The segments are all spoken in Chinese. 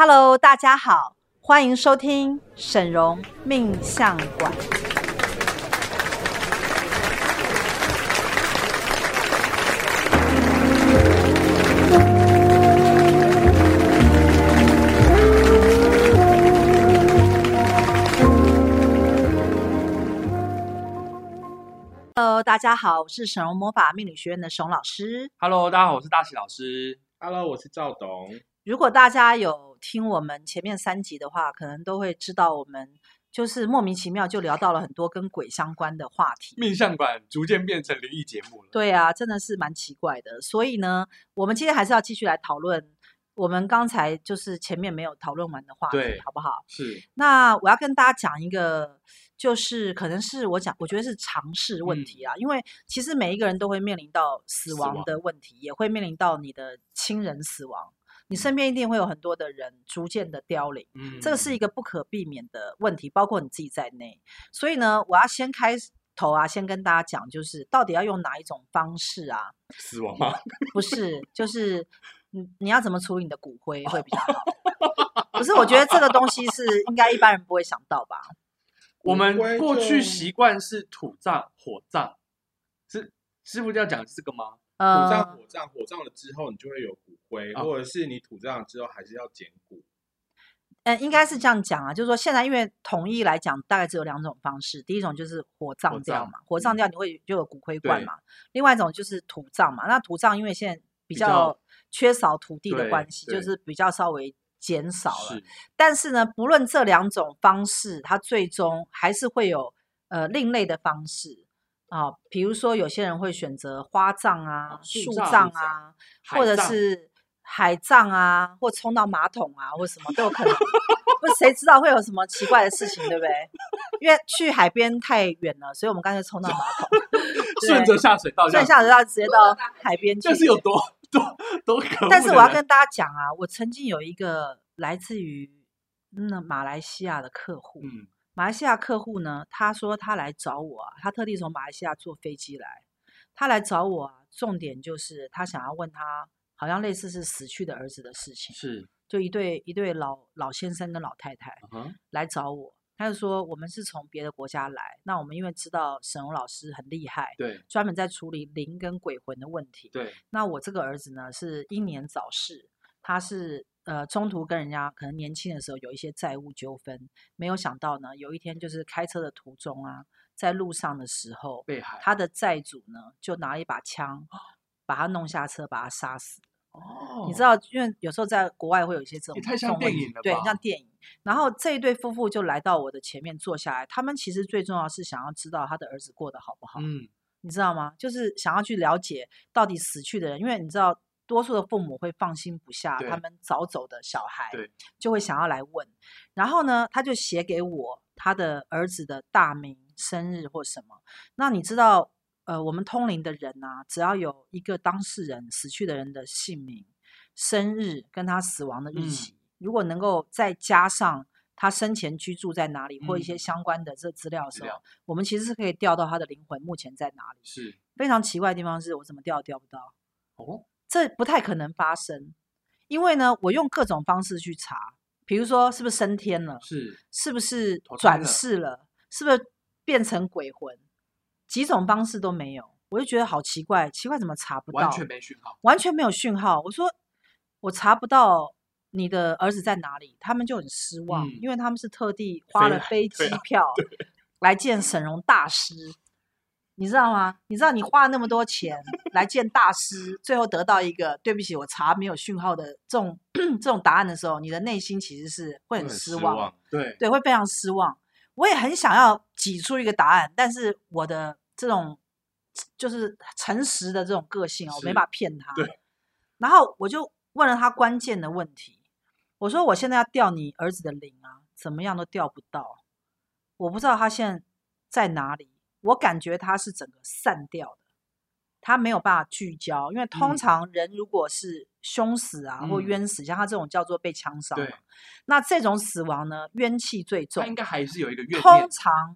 Hello， 大家好，欢迎收听沈荣命相馆。Hello， 大家好，我是沈荣魔法命理学院的沈老师。 Hello， 大家好，我是大喜老师。 Hello， 我是赵董。 如果大家有听我们前面3集的话，可能都会知道我们就是莫名其妙就聊到了很多跟鬼相关的话题。 命相馆逐渐变成灵异节目了。 对啊，真的是蛮奇怪的。所以呢，我们今天还是要继续来讨论我们刚才就是前面没有讨论完的话题，好不好？ 是。 那我要跟大家讲一个，就是可能是我觉得是常识问题啊，因为其实每一个人都会面临到死亡的问题，也会面临到你的亲人死亡。你身边一定会有很多的人逐渐的凋零，这个是一个不可避免的问题，包括你自己在内。所以呢，我要先开头啊，先跟大家讲，就是到底要用哪一种方式啊？ 死亡吗？ 不是，就是你要怎么处理你的骨灰会比较好？可是我觉得这个东西是应该一般人不会想到吧？ 我们过去习惯是土葬、火葬，是师傅要讲这个吗？ 土葬、火葬了之后，你就会有骨灰，或者是你土葬了之后还是要捡骨。 应该是这样讲啊，就是说现在因为统一来讲，大概只有2种方式。第一种就是火葬掉嘛，火葬掉你会就有骨灰罐嘛。另外一种就是土葬嘛。那土葬因为现在比较缺少土地的关系，就是比较稍微减少了。但是呢，不论这2种方式，它最终还是会有另类的方式。比如说有些人会选择花葬啊、树葬啊，或者是海葬啊，或冲到马桶啊，或什么都有可能。不，谁知道会有什么奇怪的事情，对不对？因为去海边太远了，所以我们干脆冲到马桶， 顺着下水道， 直接到海边去。 这是有多可恶。 但是我要跟大家讲啊，我曾经有一个来自于马来西亚的客户。马来西亚客户呢，他说他来找我啊，他特地从马来西亚坐飞机来，他来找我啊，重点就是他想要问他，好像类似是死去的儿子的事情， 是就一对老先生跟老太太来找我，他就说我们是从别的国家来，那我们因为知道沈荣老师很厉害， 对， 专门在处理灵跟鬼魂的问题， 对， 那我这个儿子呢是英年早逝，他是中途跟人家可能年轻的时候有一些债务纠纷，没有想到呢，有一天就是开车的途中啊，在路上的时候，他的债主呢就拿了一把枪，把他弄下车，把他杀死。你知道，因为有时候在国外会有一些这种， 也太像电影了吧？ 对，像电影。然后这一对夫妇就来到我的前面坐下来，他们其实最重要是想要知道他的儿子过得好不好。你知道吗？就是想要去了解到底死去的人，因为你知道。多数的父母会放心不下他们早走的小孩，就会想要来问。然后呢，他就写给我他的儿子的大名、生日或什么。那你知道，我们通灵的人啊，只要有一个当事人死去的人的姓名、生日跟他死亡的日期，如果能够再加上他生前居住在哪里或一些相关的这资料的时候，我们其实是可以调到他的灵魂目前在哪里。 是非常奇怪的地方是我怎么调不到这不太可能发生，因为呢，我用各种方式去查，比如说是不是升天了，是不是转世了，是不是变成鬼魂，几种方式都没有，我就觉得好奇怪怎么查不到？ 完全没讯号， 完全没有讯号。我说我查不到你的儿子在哪里，他们就很失望，因为他们是特地花了飞机票来见沈荣大师。你知道吗？你知道你花了那么多钱来见大师，最后得到一个对不起我查没有讯号的这种答案的时候，你的内心其实是会很失望，对，会非常失望。我也很想要挤出一个答案，但是我的这种就是诚实的这种个性我没办法骗他。然后我就问了他关键的问题，我说我现在要调你儿子的灵啊，怎么样都调不到，我不知道他现在在哪里。我感觉他是整个散掉的，他没有办法聚焦，因为通常人如果是凶死啊或冤死，像他这种叫做被枪伤嘛，那这种死亡呢，冤气最重， 他应该还是有一个怨念， 通常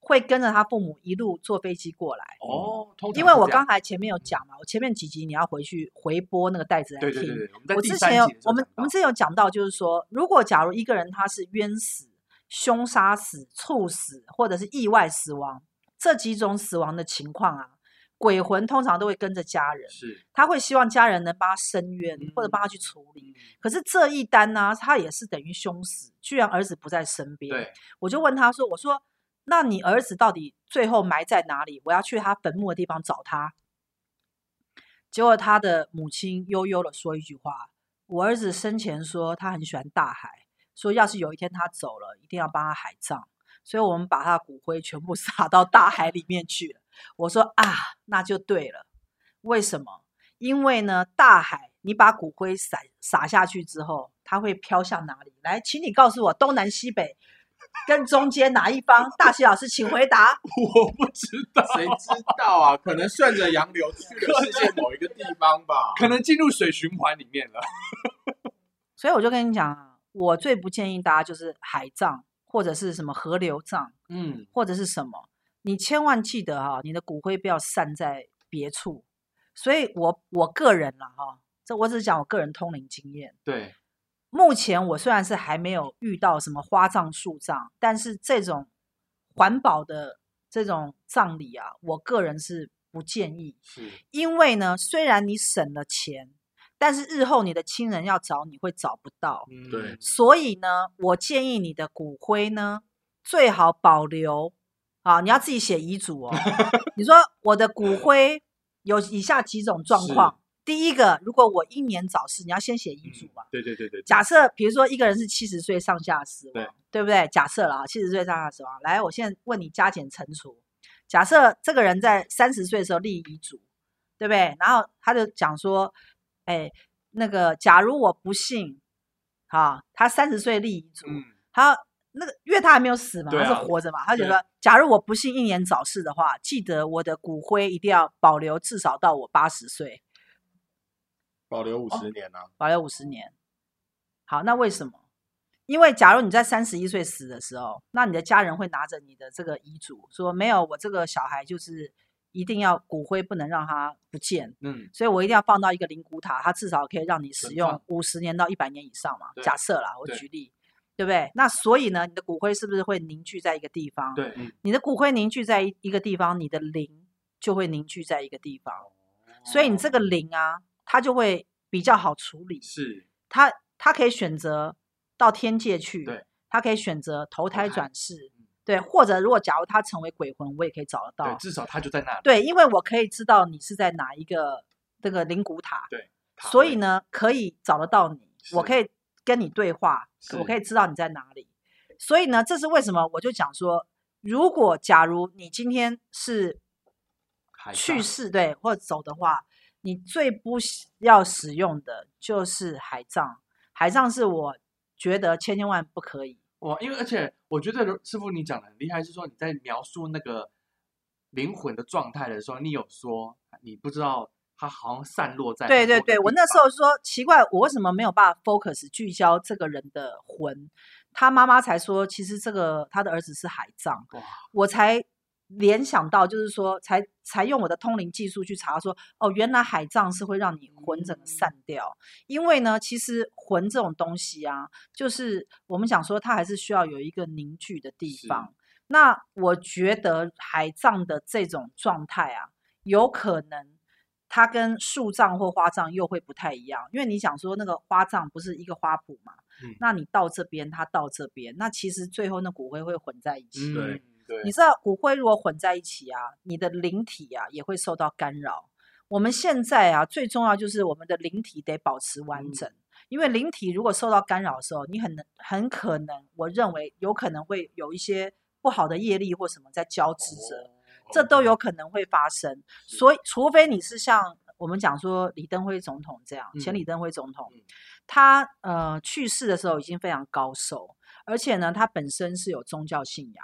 会跟着他父母一路坐飞机过来。 因为我刚才前面有讲嘛，我前面几集你要回去回播那个带子来听。 对， 我之前我们之前有讲到，就是说，如果假如一个人他是冤死、凶杀死、猝死或者是意外死亡，这几种死亡的情况啊，鬼魂通常都会跟着家人，他会希望家人能帮他伸冤，或者帮他去处理。可是这一单呢，他也是等于凶死，居然儿子不在身边。我就问他说，我说那你儿子到底最后埋在哪里？我要去他坟墓的地方找他。结果他的母亲悠悠的说一句话，我儿子生前说他很喜欢大海，说要是有一天他走了，一定要帮他海葬，所以我们把他的骨灰全部撒到大海里面去了。我说啊，那就对了。为什么？因为呢，大海你把骨灰撒下去之后，它会飘向哪里？来，请你告诉我东南西北跟中间哪一方？大喜老师请回答。 我不知道， 谁知道啊？可能顺着洋流去了世界某一个地方吧， 可能进入水循环里面了。 所以我就跟你讲啊，我最不建议大家就是海葬或者是什么河流葬，或者是什么，你千万记得你的骨灰不要散在别处。所以我个人啦这我只是讲我个人通灵经验。 对， 目前我虽然是还没有遇到什么花葬树葬，但是这种环保的这种葬礼啊，我个人是不建议。因为呢，虽然你省了钱，但是日后你的亲人要找你会找不到。 对， 所以呢，我建议你的骨灰呢，最好保留你要自己写遗嘱哦。你说我的骨灰有以下几种状况。第一个，如果我英年早逝，你要先写遗嘱嘛。 对。 假设比如说一个人是70岁上下死亡，对不对？假设啦，70岁上下死亡。来，我现在问你加减乘除。假设这个人在30岁的时候立遗嘱，对不对？然后他就讲说，那个假如我不幸，他30岁立遗嘱，他那个因为他还没有死嘛，他是活着嘛，他就说，假如我不幸英年早逝的话，记得我的骨灰一定要保留至少到我80岁。 保留50年啊， 保留50年。好，那为什么？因为假如你在31岁死的时候，那你的家人会拿着你的这个遗嘱说，没有，我这个小孩就是一定要骨灰不能让他不见，所以我一定要放到一个灵骨塔，它至少可以让你使用50年到100年以上嘛。假设啦，我举例，对不对？那所以呢，你的骨灰是不是会凝聚在一个地方？ 对， 你的骨灰凝聚在一个地方，你的灵就会凝聚在一个地方，所以你这个灵啊，它就会比较好处理。他可以选择到天界去，他可以选择投胎转世，对，或者如果假如他成为鬼魂，我也可以找得到， 对，至少他就在那里。 对，因为我可以知道你是在哪一个这个灵骨塔， 对， 所以呢可以找得到你，我可以跟你对话，我可以知道你在哪里。所以呢，这是为什么我就讲说，如果假如你今天是去世，对，或者走的话，你最不要使用的就是海葬。海葬是我觉得千万不可以。 因为而且我觉得师父你讲的很厉害，是说你在描述那个灵魂的状态的时候，你有说你不知道它好像散落在对，我那时候说奇怪，我为什么没有办法 focus 聚焦这个人的魂？他妈妈才说，其实这个他的儿子是海葬，我才联想到，就是说才用我的通灵技术去查说，原来海葬是会让你魂整个散掉。因为呢，其实魂这种东西啊，就是我们讲说它还是需要有一个凝聚的地方。那我觉得海葬的这种状态啊，有可能它跟树葬或花葬又会不太一样。因为你想说那个花葬不是一个花圃嘛，那你到这边，它到这边，那其实最后那骨灰会混在一起。 对， 你知道骨灰如果混在一起啊，你的灵体啊也会受到干扰。我们现在啊最重要就是我们的灵体得保持完整，因为灵体如果受到干扰的时候，你很可能，我认为有可能会有一些不好的业力或什么在交织着，这都有可能会发生。所以除非你是像我们讲说李登辉总统这样，前李登辉总统，他去世的时候已经非常高寿，而且呢他本身是有宗教信仰。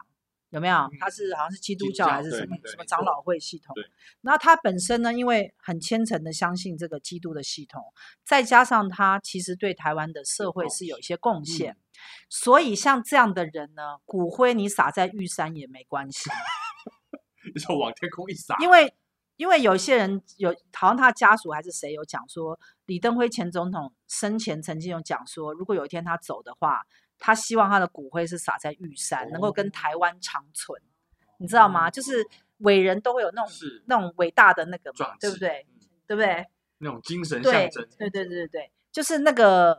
有没有？他是好像是基督教还是什么对什么长老会系统对。 那他本身呢，因为很虔诚的相信这个基督的系统，再加上他其实对台湾的社会是有一些贡献，所以像这样的人呢，骨灰你撒在玉山也没关系。 你说往天空一撒， 因为有些人好像他家属还是谁有讲说，李登辉前总统生前曾经有讲说，如果有一天他走的话，他希望他的骨灰是撒在玉山，能够跟台湾长存，你知道吗？就是伟人都会有那种伟大的那个嘛，对不对？对不对？ 那种精神象征， 对，就是那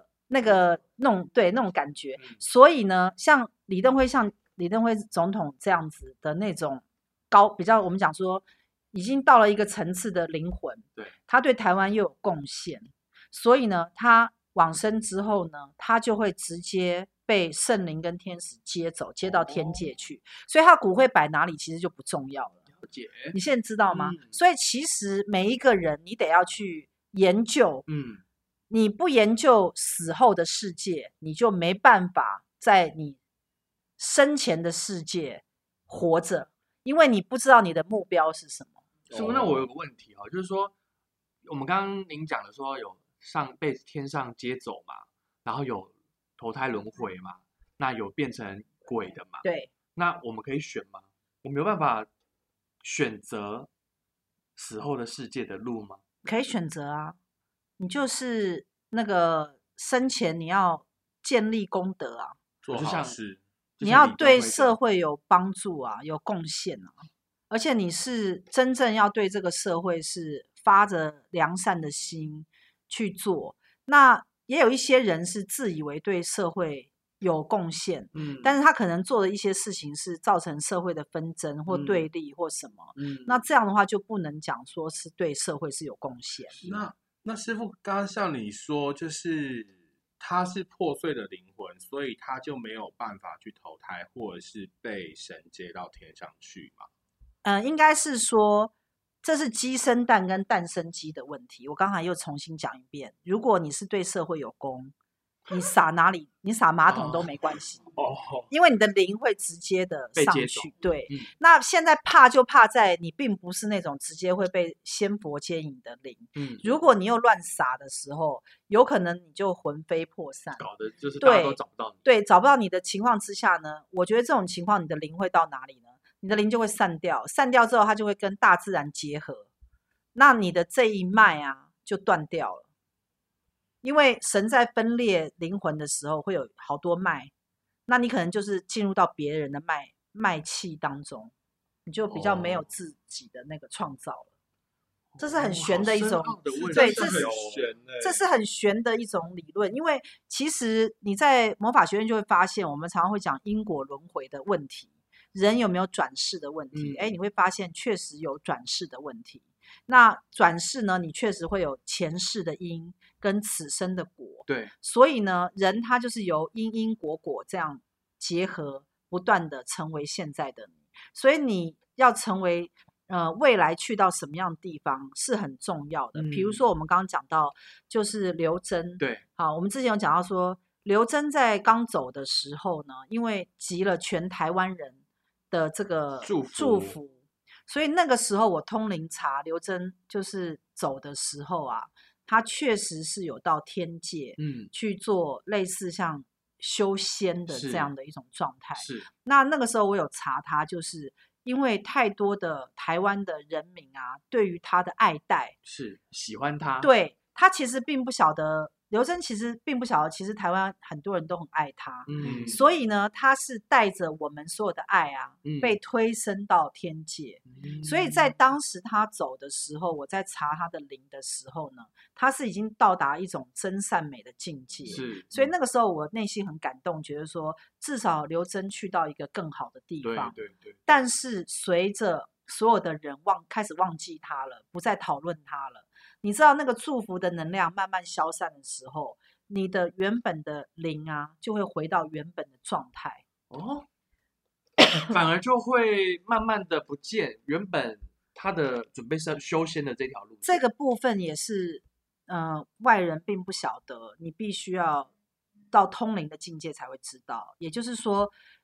种感觉。所以呢，像李登辉总统这样子的那种比较，我们讲说已经到了一个层次的灵魂， 对， 他对台湾又有贡献，所以呢，他往生之后呢，他就会直接被圣灵跟天使接走，接到天界去，所以他骨灰摆哪里其实就不重要了。你现在知道吗？所以其实每一个人你得要去研究，你不研究死后的世界，你就没办法在你生前的世界活着，因为你不知道你的目标是什么。 师傅，那我有个问题就是说，我们刚刚您讲的说有被天上接走嘛，然后有投胎轮回嘛，那有变成鬼的嘛？ 对。 那我们可以选吗？我没有办法选择死后的世界的路吗？ 可以选择啊，你就是那个生前你要建立功德啊， 做好事， 你要对社会有帮助啊，有贡献啊，而且你是真正要对这个社会是发着良善的心去做。那也有一些人是自以为对社会有贡献，但是他可能做的一些事情是造成社会的纷争或对立或什么，那这样的话就不能讲说是对社会是有贡献。 那师父刚刚像你说，就是他是破碎的灵魂，所以他就没有办法去投胎，或者是被神接到天上去嘛？ 应该是说这是鸡生蛋跟蛋生鸡的问题。我刚才又重新讲一遍，如果你是对社会有功，你撒哪里，你撒马桶都没关系，因为你的灵会直接的上去。对，那现在怕就怕在你并不是那种直接会被仙佛接引的灵。如果你又乱撒的时候，有可能你就魂飞魄散， 搞得就是大家都找不到你。 对，找不到你的情况之下呢，我觉得这种情况你的灵会到哪里呢？你的灵就会散掉，散掉之后它就会跟大自然结合，那你的这一脉啊就断掉了。因为神在分裂灵魂的时候会有好多脉，那你可能就是进入到别人的脉气当中，你就比较没有自己的那个创造了。这是很玄的一种，对，这是很玄的一种理论。因为其实你在魔法学院就会发现，我们常常会讲因果轮回的问题，人有没有转世的问题？你会发现确实有转世的问题。那转世呢，你确实会有前世的因跟此生的果。 对， 所以呢，人他就是由因果这样结合，不断的成为现在的你。所以你要成为未来去到什么样的地方是很重要的。比如说我们刚刚讲到就是刘真， 对， 好，我们之前有讲到说刘真在刚走的时候呢，因为集了全台湾人的这个祝福，所以那个时候我通灵查刘真就是走的时候啊，他确实是有到天界去做类似像修仙的这样的一种状态。 是， 那个时候我有查他，就是因为太多的台湾的人民啊，对于他的爱戴， 是喜欢他， 对，他其实并不晓得，刘真其实并不晓得，其实台湾很多人都很爱他，所以呢，他是带着我们所有的爱啊，被推升到天界。所以在当时他走的时候，我在查他的灵的时候呢，他是已经到达一种真善美的境界。 是， 所以那个时候我内心很感动，觉得说至少刘真去到一个更好的地方。 对。 但是随着所有的人开始忘记他了，不再讨论他了。你知道那个祝福的能量慢慢消散的时候，你的原本的灵啊，就会回到原本的状态。 反而就会慢慢的不见原本他的准备是修仙的这条路。 这个部分也是外人并不晓得，你必须要到通灵的境界才会知道。也就是说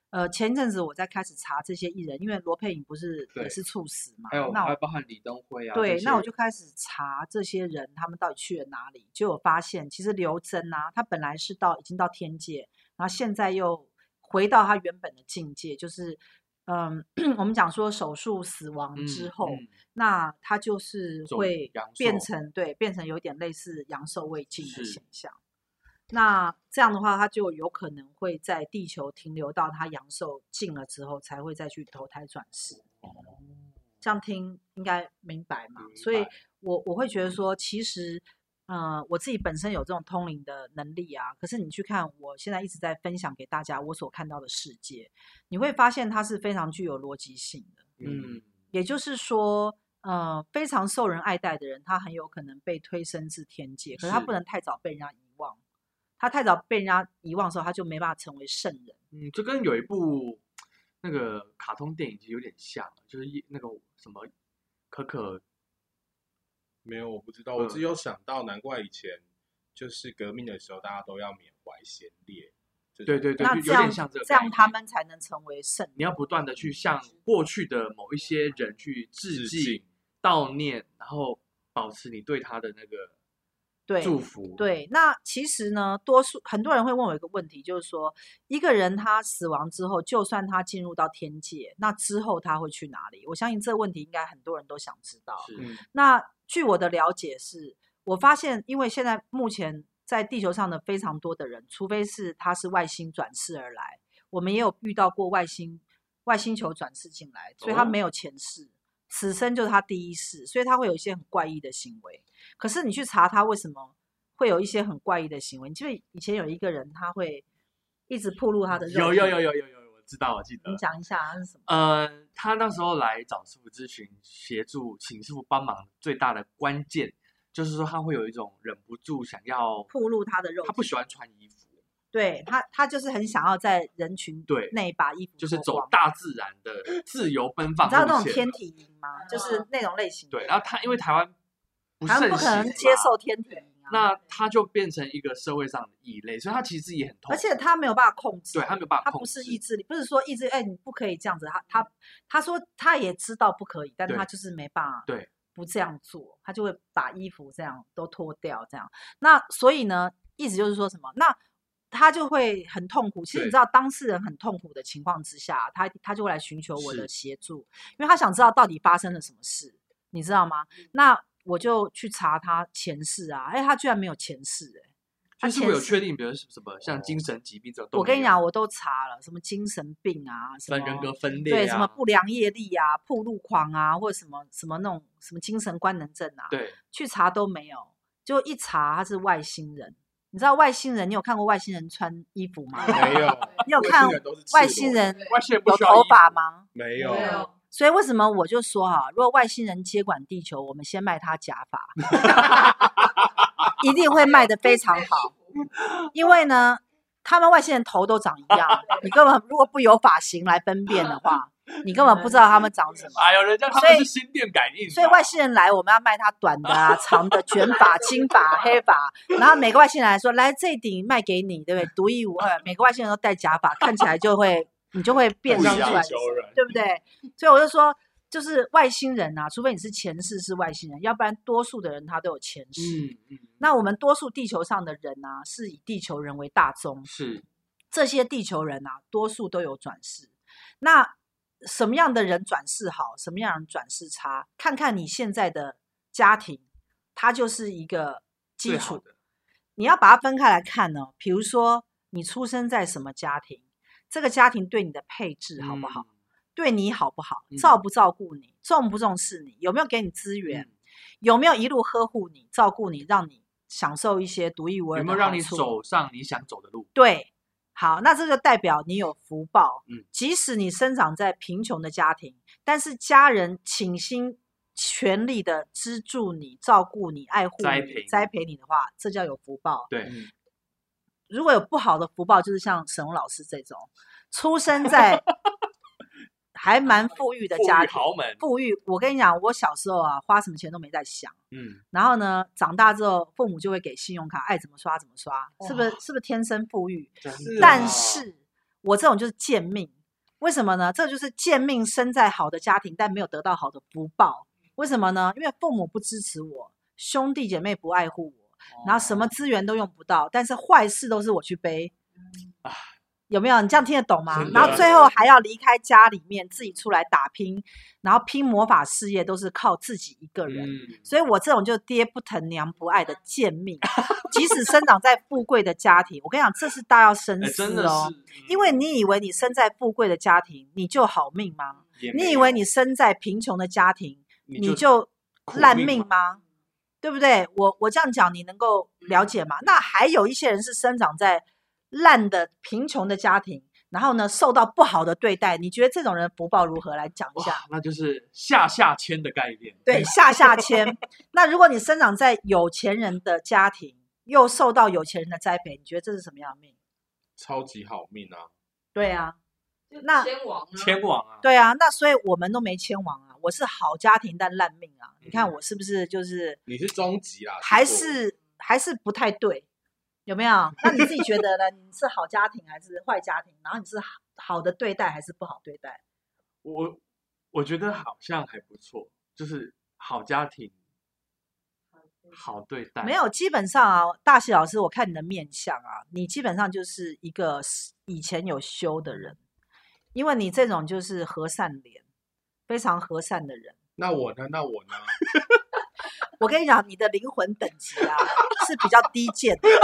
前一阵子我在开始查这些艺人，因为罗佩颖不是也是猝死嘛， 还有包含李登辉啊， 对，那我就开始查这些人他们到底去了哪里，就有发现，其实刘真啊，他本来是已经到天界，然后现在又回到他原本的境界，就是我们讲说手术死亡之后，那他就是会变成有点类似阳寿未尽的现象。那这样的话，他就有可能会在地球停留到他阳寿尽了之后，才会再去投胎转世。这样听应该明白嘛？所以我会觉得说，其实我自己本身有这种通灵的能力啊。可是你去看我现在一直在分享给大家我所看到的世界，你会发现它是非常具有逻辑性的。也就是说，非常受人爱戴的人，他很有可能被推升至天界，可是他不能太早被人家遗忘。他太早被人家遗忘的时候，他就没办法成为圣人。 这跟有一部那个卡通电影其实有点像，就是那个什么可没有，我不知道，我只有想到，难怪以前就是革命的时候，大家都要缅怀先烈。 对， 那有点像这样他们才能成为圣人。 你要不断的去向过去的某一些人去致敬、悼念，然后保持你对他的那个。祝福。 对，那其实呢，很多人会问我一个问题，就是说，一个人他死亡之后，就算他进入到天界，那之后他会去哪里？我相信这个问题应该很多人都想知道。那据我的了解是，我发现，因为现在目前在地球上的非常多的人，除非是他是外星转世而来，我们也有遇到过外星球转世进来，所以他没有前世。此生就是他第一世，所以他会有一些很怪异的行为。可是你去查他为什么会有一些很怪异的行为，就以前有一个人他会一直暴露他的肉体。有， 我知道，我记得。 你讲一下他是什么？ 他那时候来找师傅咨询协助，请师傅帮忙，最大的关键就是说他会有一种忍不住想要暴露他的肉体， 他不喜欢穿衣服。 对他就是很想要在人群内把衣服脱光， 就是走大自然的自由奔放。 你知道那种天体营吗？就是那种类型。 对，然后他因为台湾不盛行， 不可能接受天体营啊， 那他就变成一个社会上的异类，所以他其实也很痛苦， 而且他没有办法控制。 对，他没有办法控制， 他不是意志力，不是说意志力，你不可以这样子。他说他也知道不可以，但他就是没办法， 对， 不这样做，他就会把衣服这样都脱掉，这样。那所以呢，意思就是说什么？那他就会很痛苦。其实你知道，当事人很痛苦的情况之下，他就会来寻求我的协助，因为他想知道到底发生了什么事，你知道吗？那我就去查他前世啊，他居然没有前世， 就是我有确定，比如是什么像精神疾病这种。 我跟你讲，我都查了，什么精神病啊，什么人格分裂， 对，什么不良业力啊、暴露狂啊，或者什么那种什么精神官能症啊， 对， 去查都没有，就一查他是外星人。你知道外星人？你有看过外星人穿衣服吗？ 没有。 你有看外星人有头发吗？ 没有。 所以为什么我就说如果外星人接管地球，我们先卖他假发，一定会卖得非常好。因为呢，他们外星人头都长一样，你根本如果不有发型来分辨的话，你根本不知道他们长什么。 哎呦，人家他们是心电感应。 所以外星人来，我们要卖他短的啊、长的、卷发、金发、黑发。然后每个外星人来说，来这一顶卖给你，对不对？独一无二。每个外星人都戴假发，看起来你就会辨识出来，对不对？所以我就说，就是外星人啊，除非你是前世是外星人，要不然多数的人他都有前世。那我们多数地球上的人啊，是以地球人为大宗。 是这些地球人啊，多数都有转世。那什么样的人转世好，什么样的人转世差？看看你现在的家庭，它就是一个基础。你要把它分开来看呢。比如说，你出生在什么家庭，这个家庭对你的配置好不好？对你好不好？照不照顾你？重不重视你？有没有给你资源？有没有一路呵护你、照顾你，让你享受一些独一无二的好处？ 有没有让你走上你想走的路？ 对。好，那这个代表你有福报。即使你生长在贫穷的家庭，但是家人倾心全力的资助你、照顾你、爱护你、栽培你的话，这叫有福报。 对。 如果有不好的福报，就是像沈荣老师这种出生在还蛮富裕的家庭，富裕。我跟你讲，我小时候啊，花什么钱都没在想。然后呢，长大之后，父母就会给信用卡，爱怎么刷怎么刷，是不是天生富裕？但是我这种就是贱命， 为什么呢？这就是贱命生在好的家庭，但没有得到好的福报。为什么呢？因为父母不支持我，兄弟姐妹不爱护我，然后什么资源都用不到，但是坏事都是我去背。有没有？你这样听得懂吗？然后最后还要离开家里面，自己出来打拼，然后拼魔法事业都是靠自己一个人。所以我这种就爹不疼娘不爱的贱命，即使生长在富贵的家庭，我跟你讲，这是大要深思哦。因为你以为你生在富贵的家庭，你就好命吗？你以为你生在贫穷的家庭，你就烂命吗？对不对？我这样讲你能够了解吗？那还有一些人是生长在烂的贫穷的家庭，然后呢受到不好的对待，你觉得这种人福报如何？来讲一下。 那就是下签的概念。 对，下签。那如果你生长在有钱人的家庭，又受到有钱人的栽培，你觉得这是什么样的命？ 超级好命啊！ 对啊，那迁王啊， 对啊，那所以我们都没迁王啊，我是好家庭但烂命啊。你看我是不是就是你是终极啦， 还是不太对？有没有？那你自己觉得呢？你是好家庭还是坏家庭？然后你是好的对待还是不好对待？ 我觉得好像还不错，就是好家庭，好对待。 没有，基本上啊，大喜老师，我看你的面相啊，你基本上就是一个以前有修的人，因为你这种就是和善脸，非常和善的人。 那我呢？ 我跟你讲，你的灵魂等级啊是比较低贱的。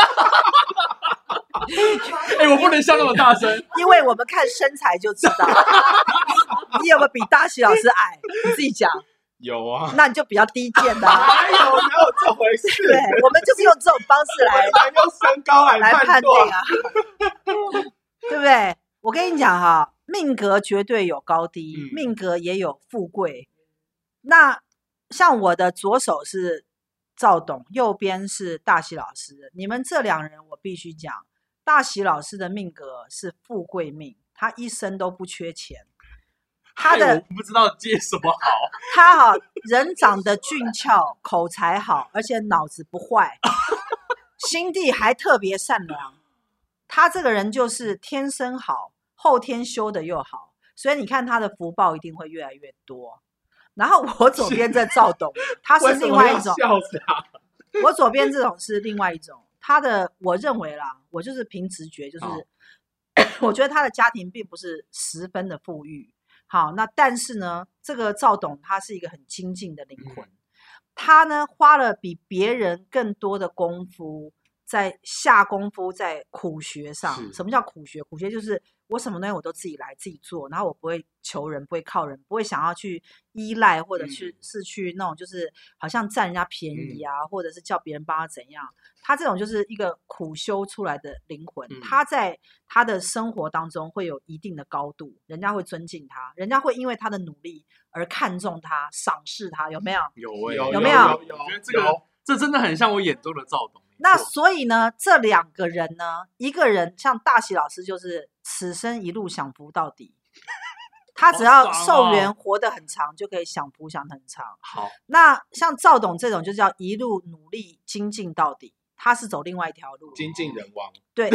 我不能笑那么大声， 因为我们看身材就知道，你有没有比大喜老师矮？你自己讲。 有啊， 那你就比较低贱的。 哪有这回事？ 对，我们就是用这种方式来用身高来判定啊，对不对？我跟你讲哈，命格绝对有高低，命格也有富贵。那像我的左手是赵董，右边是大喜老师。你们这两人，我必须讲，大喜老师的命格是富贵命，他一生都不缺钱。 我不知道接什么好。 他人长得俊俏，口才好，而且脑子不坏，心地还特别善良。他这个人就是天生好，后天修的又好，所以你看他的福报一定会越来越多。然后我左边这赵董，他是另外一种。我左边这种是另外一种。他的，我认为啦，我就是凭直觉，就是我觉得他的家庭并不是十分的富裕。好，那但是呢，这个赵董他是一个很精进的灵魂，他呢花了比别人更多的功夫，在下功夫在苦学上。什么叫苦学？苦学就是我什么东西我都自己来自己做，然后我不会求人，不会靠人，不会想要去依赖，或者是去那种就是好像占人家便宜啊，或者是叫别人帮他怎样。他这种就是一个苦修出来的灵魂，他在他的生活当中会有一定的高度，人家会尊敬他，人家会因为他的努力而看重他，赏识他，有没有？ 有没有？ 我觉得这真的很像我眼中的赵董。 那所以呢，这两个人呢，一个人像大喜老师就是此生一路享福到底，他只要寿元活得很长，就可以享福享得很长。 好， 那像赵董这种就叫一路努力精进到底，他是走另外一条路， 精进人王。 对，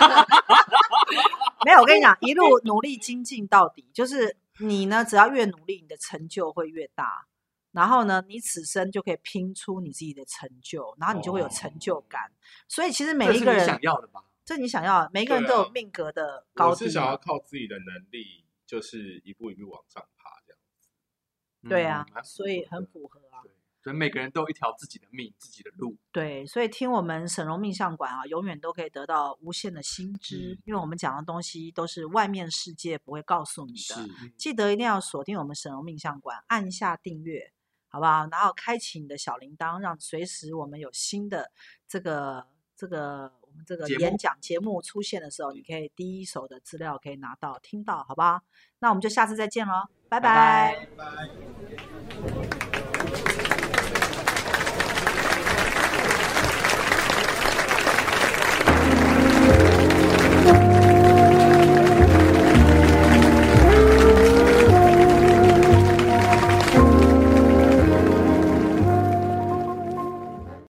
没有，我跟你讲，一路努力精进到底，就是你呢，只要越努力，你的成就会越大。然后呢，你此生就可以拼出你自己的成就，然后你就会有成就感。所以其实每一个人， 这是你想要的吧？ 这你想要的，每一个人都有命格的高低。 我是想要靠自己的能力，就是一步一步往上爬这样子。 对啊，所以很符合啊。 所以每个人都有一条自己的命，自己的路。 对，所以听我们沈嶸命相馆啊，永远都可以得到无限的新知，因为我们讲的东西都是外面世界不会告诉你的。记得一定要锁定我们沈嶸命相馆，按下订阅。好不好？然后开启你的小铃铛，让随时我们有新的这个我们这个演讲节目出现的时候，你可以第一手的资料可以拿到听到，好不好？那我们就下次再见咯，拜拜。 拜拜。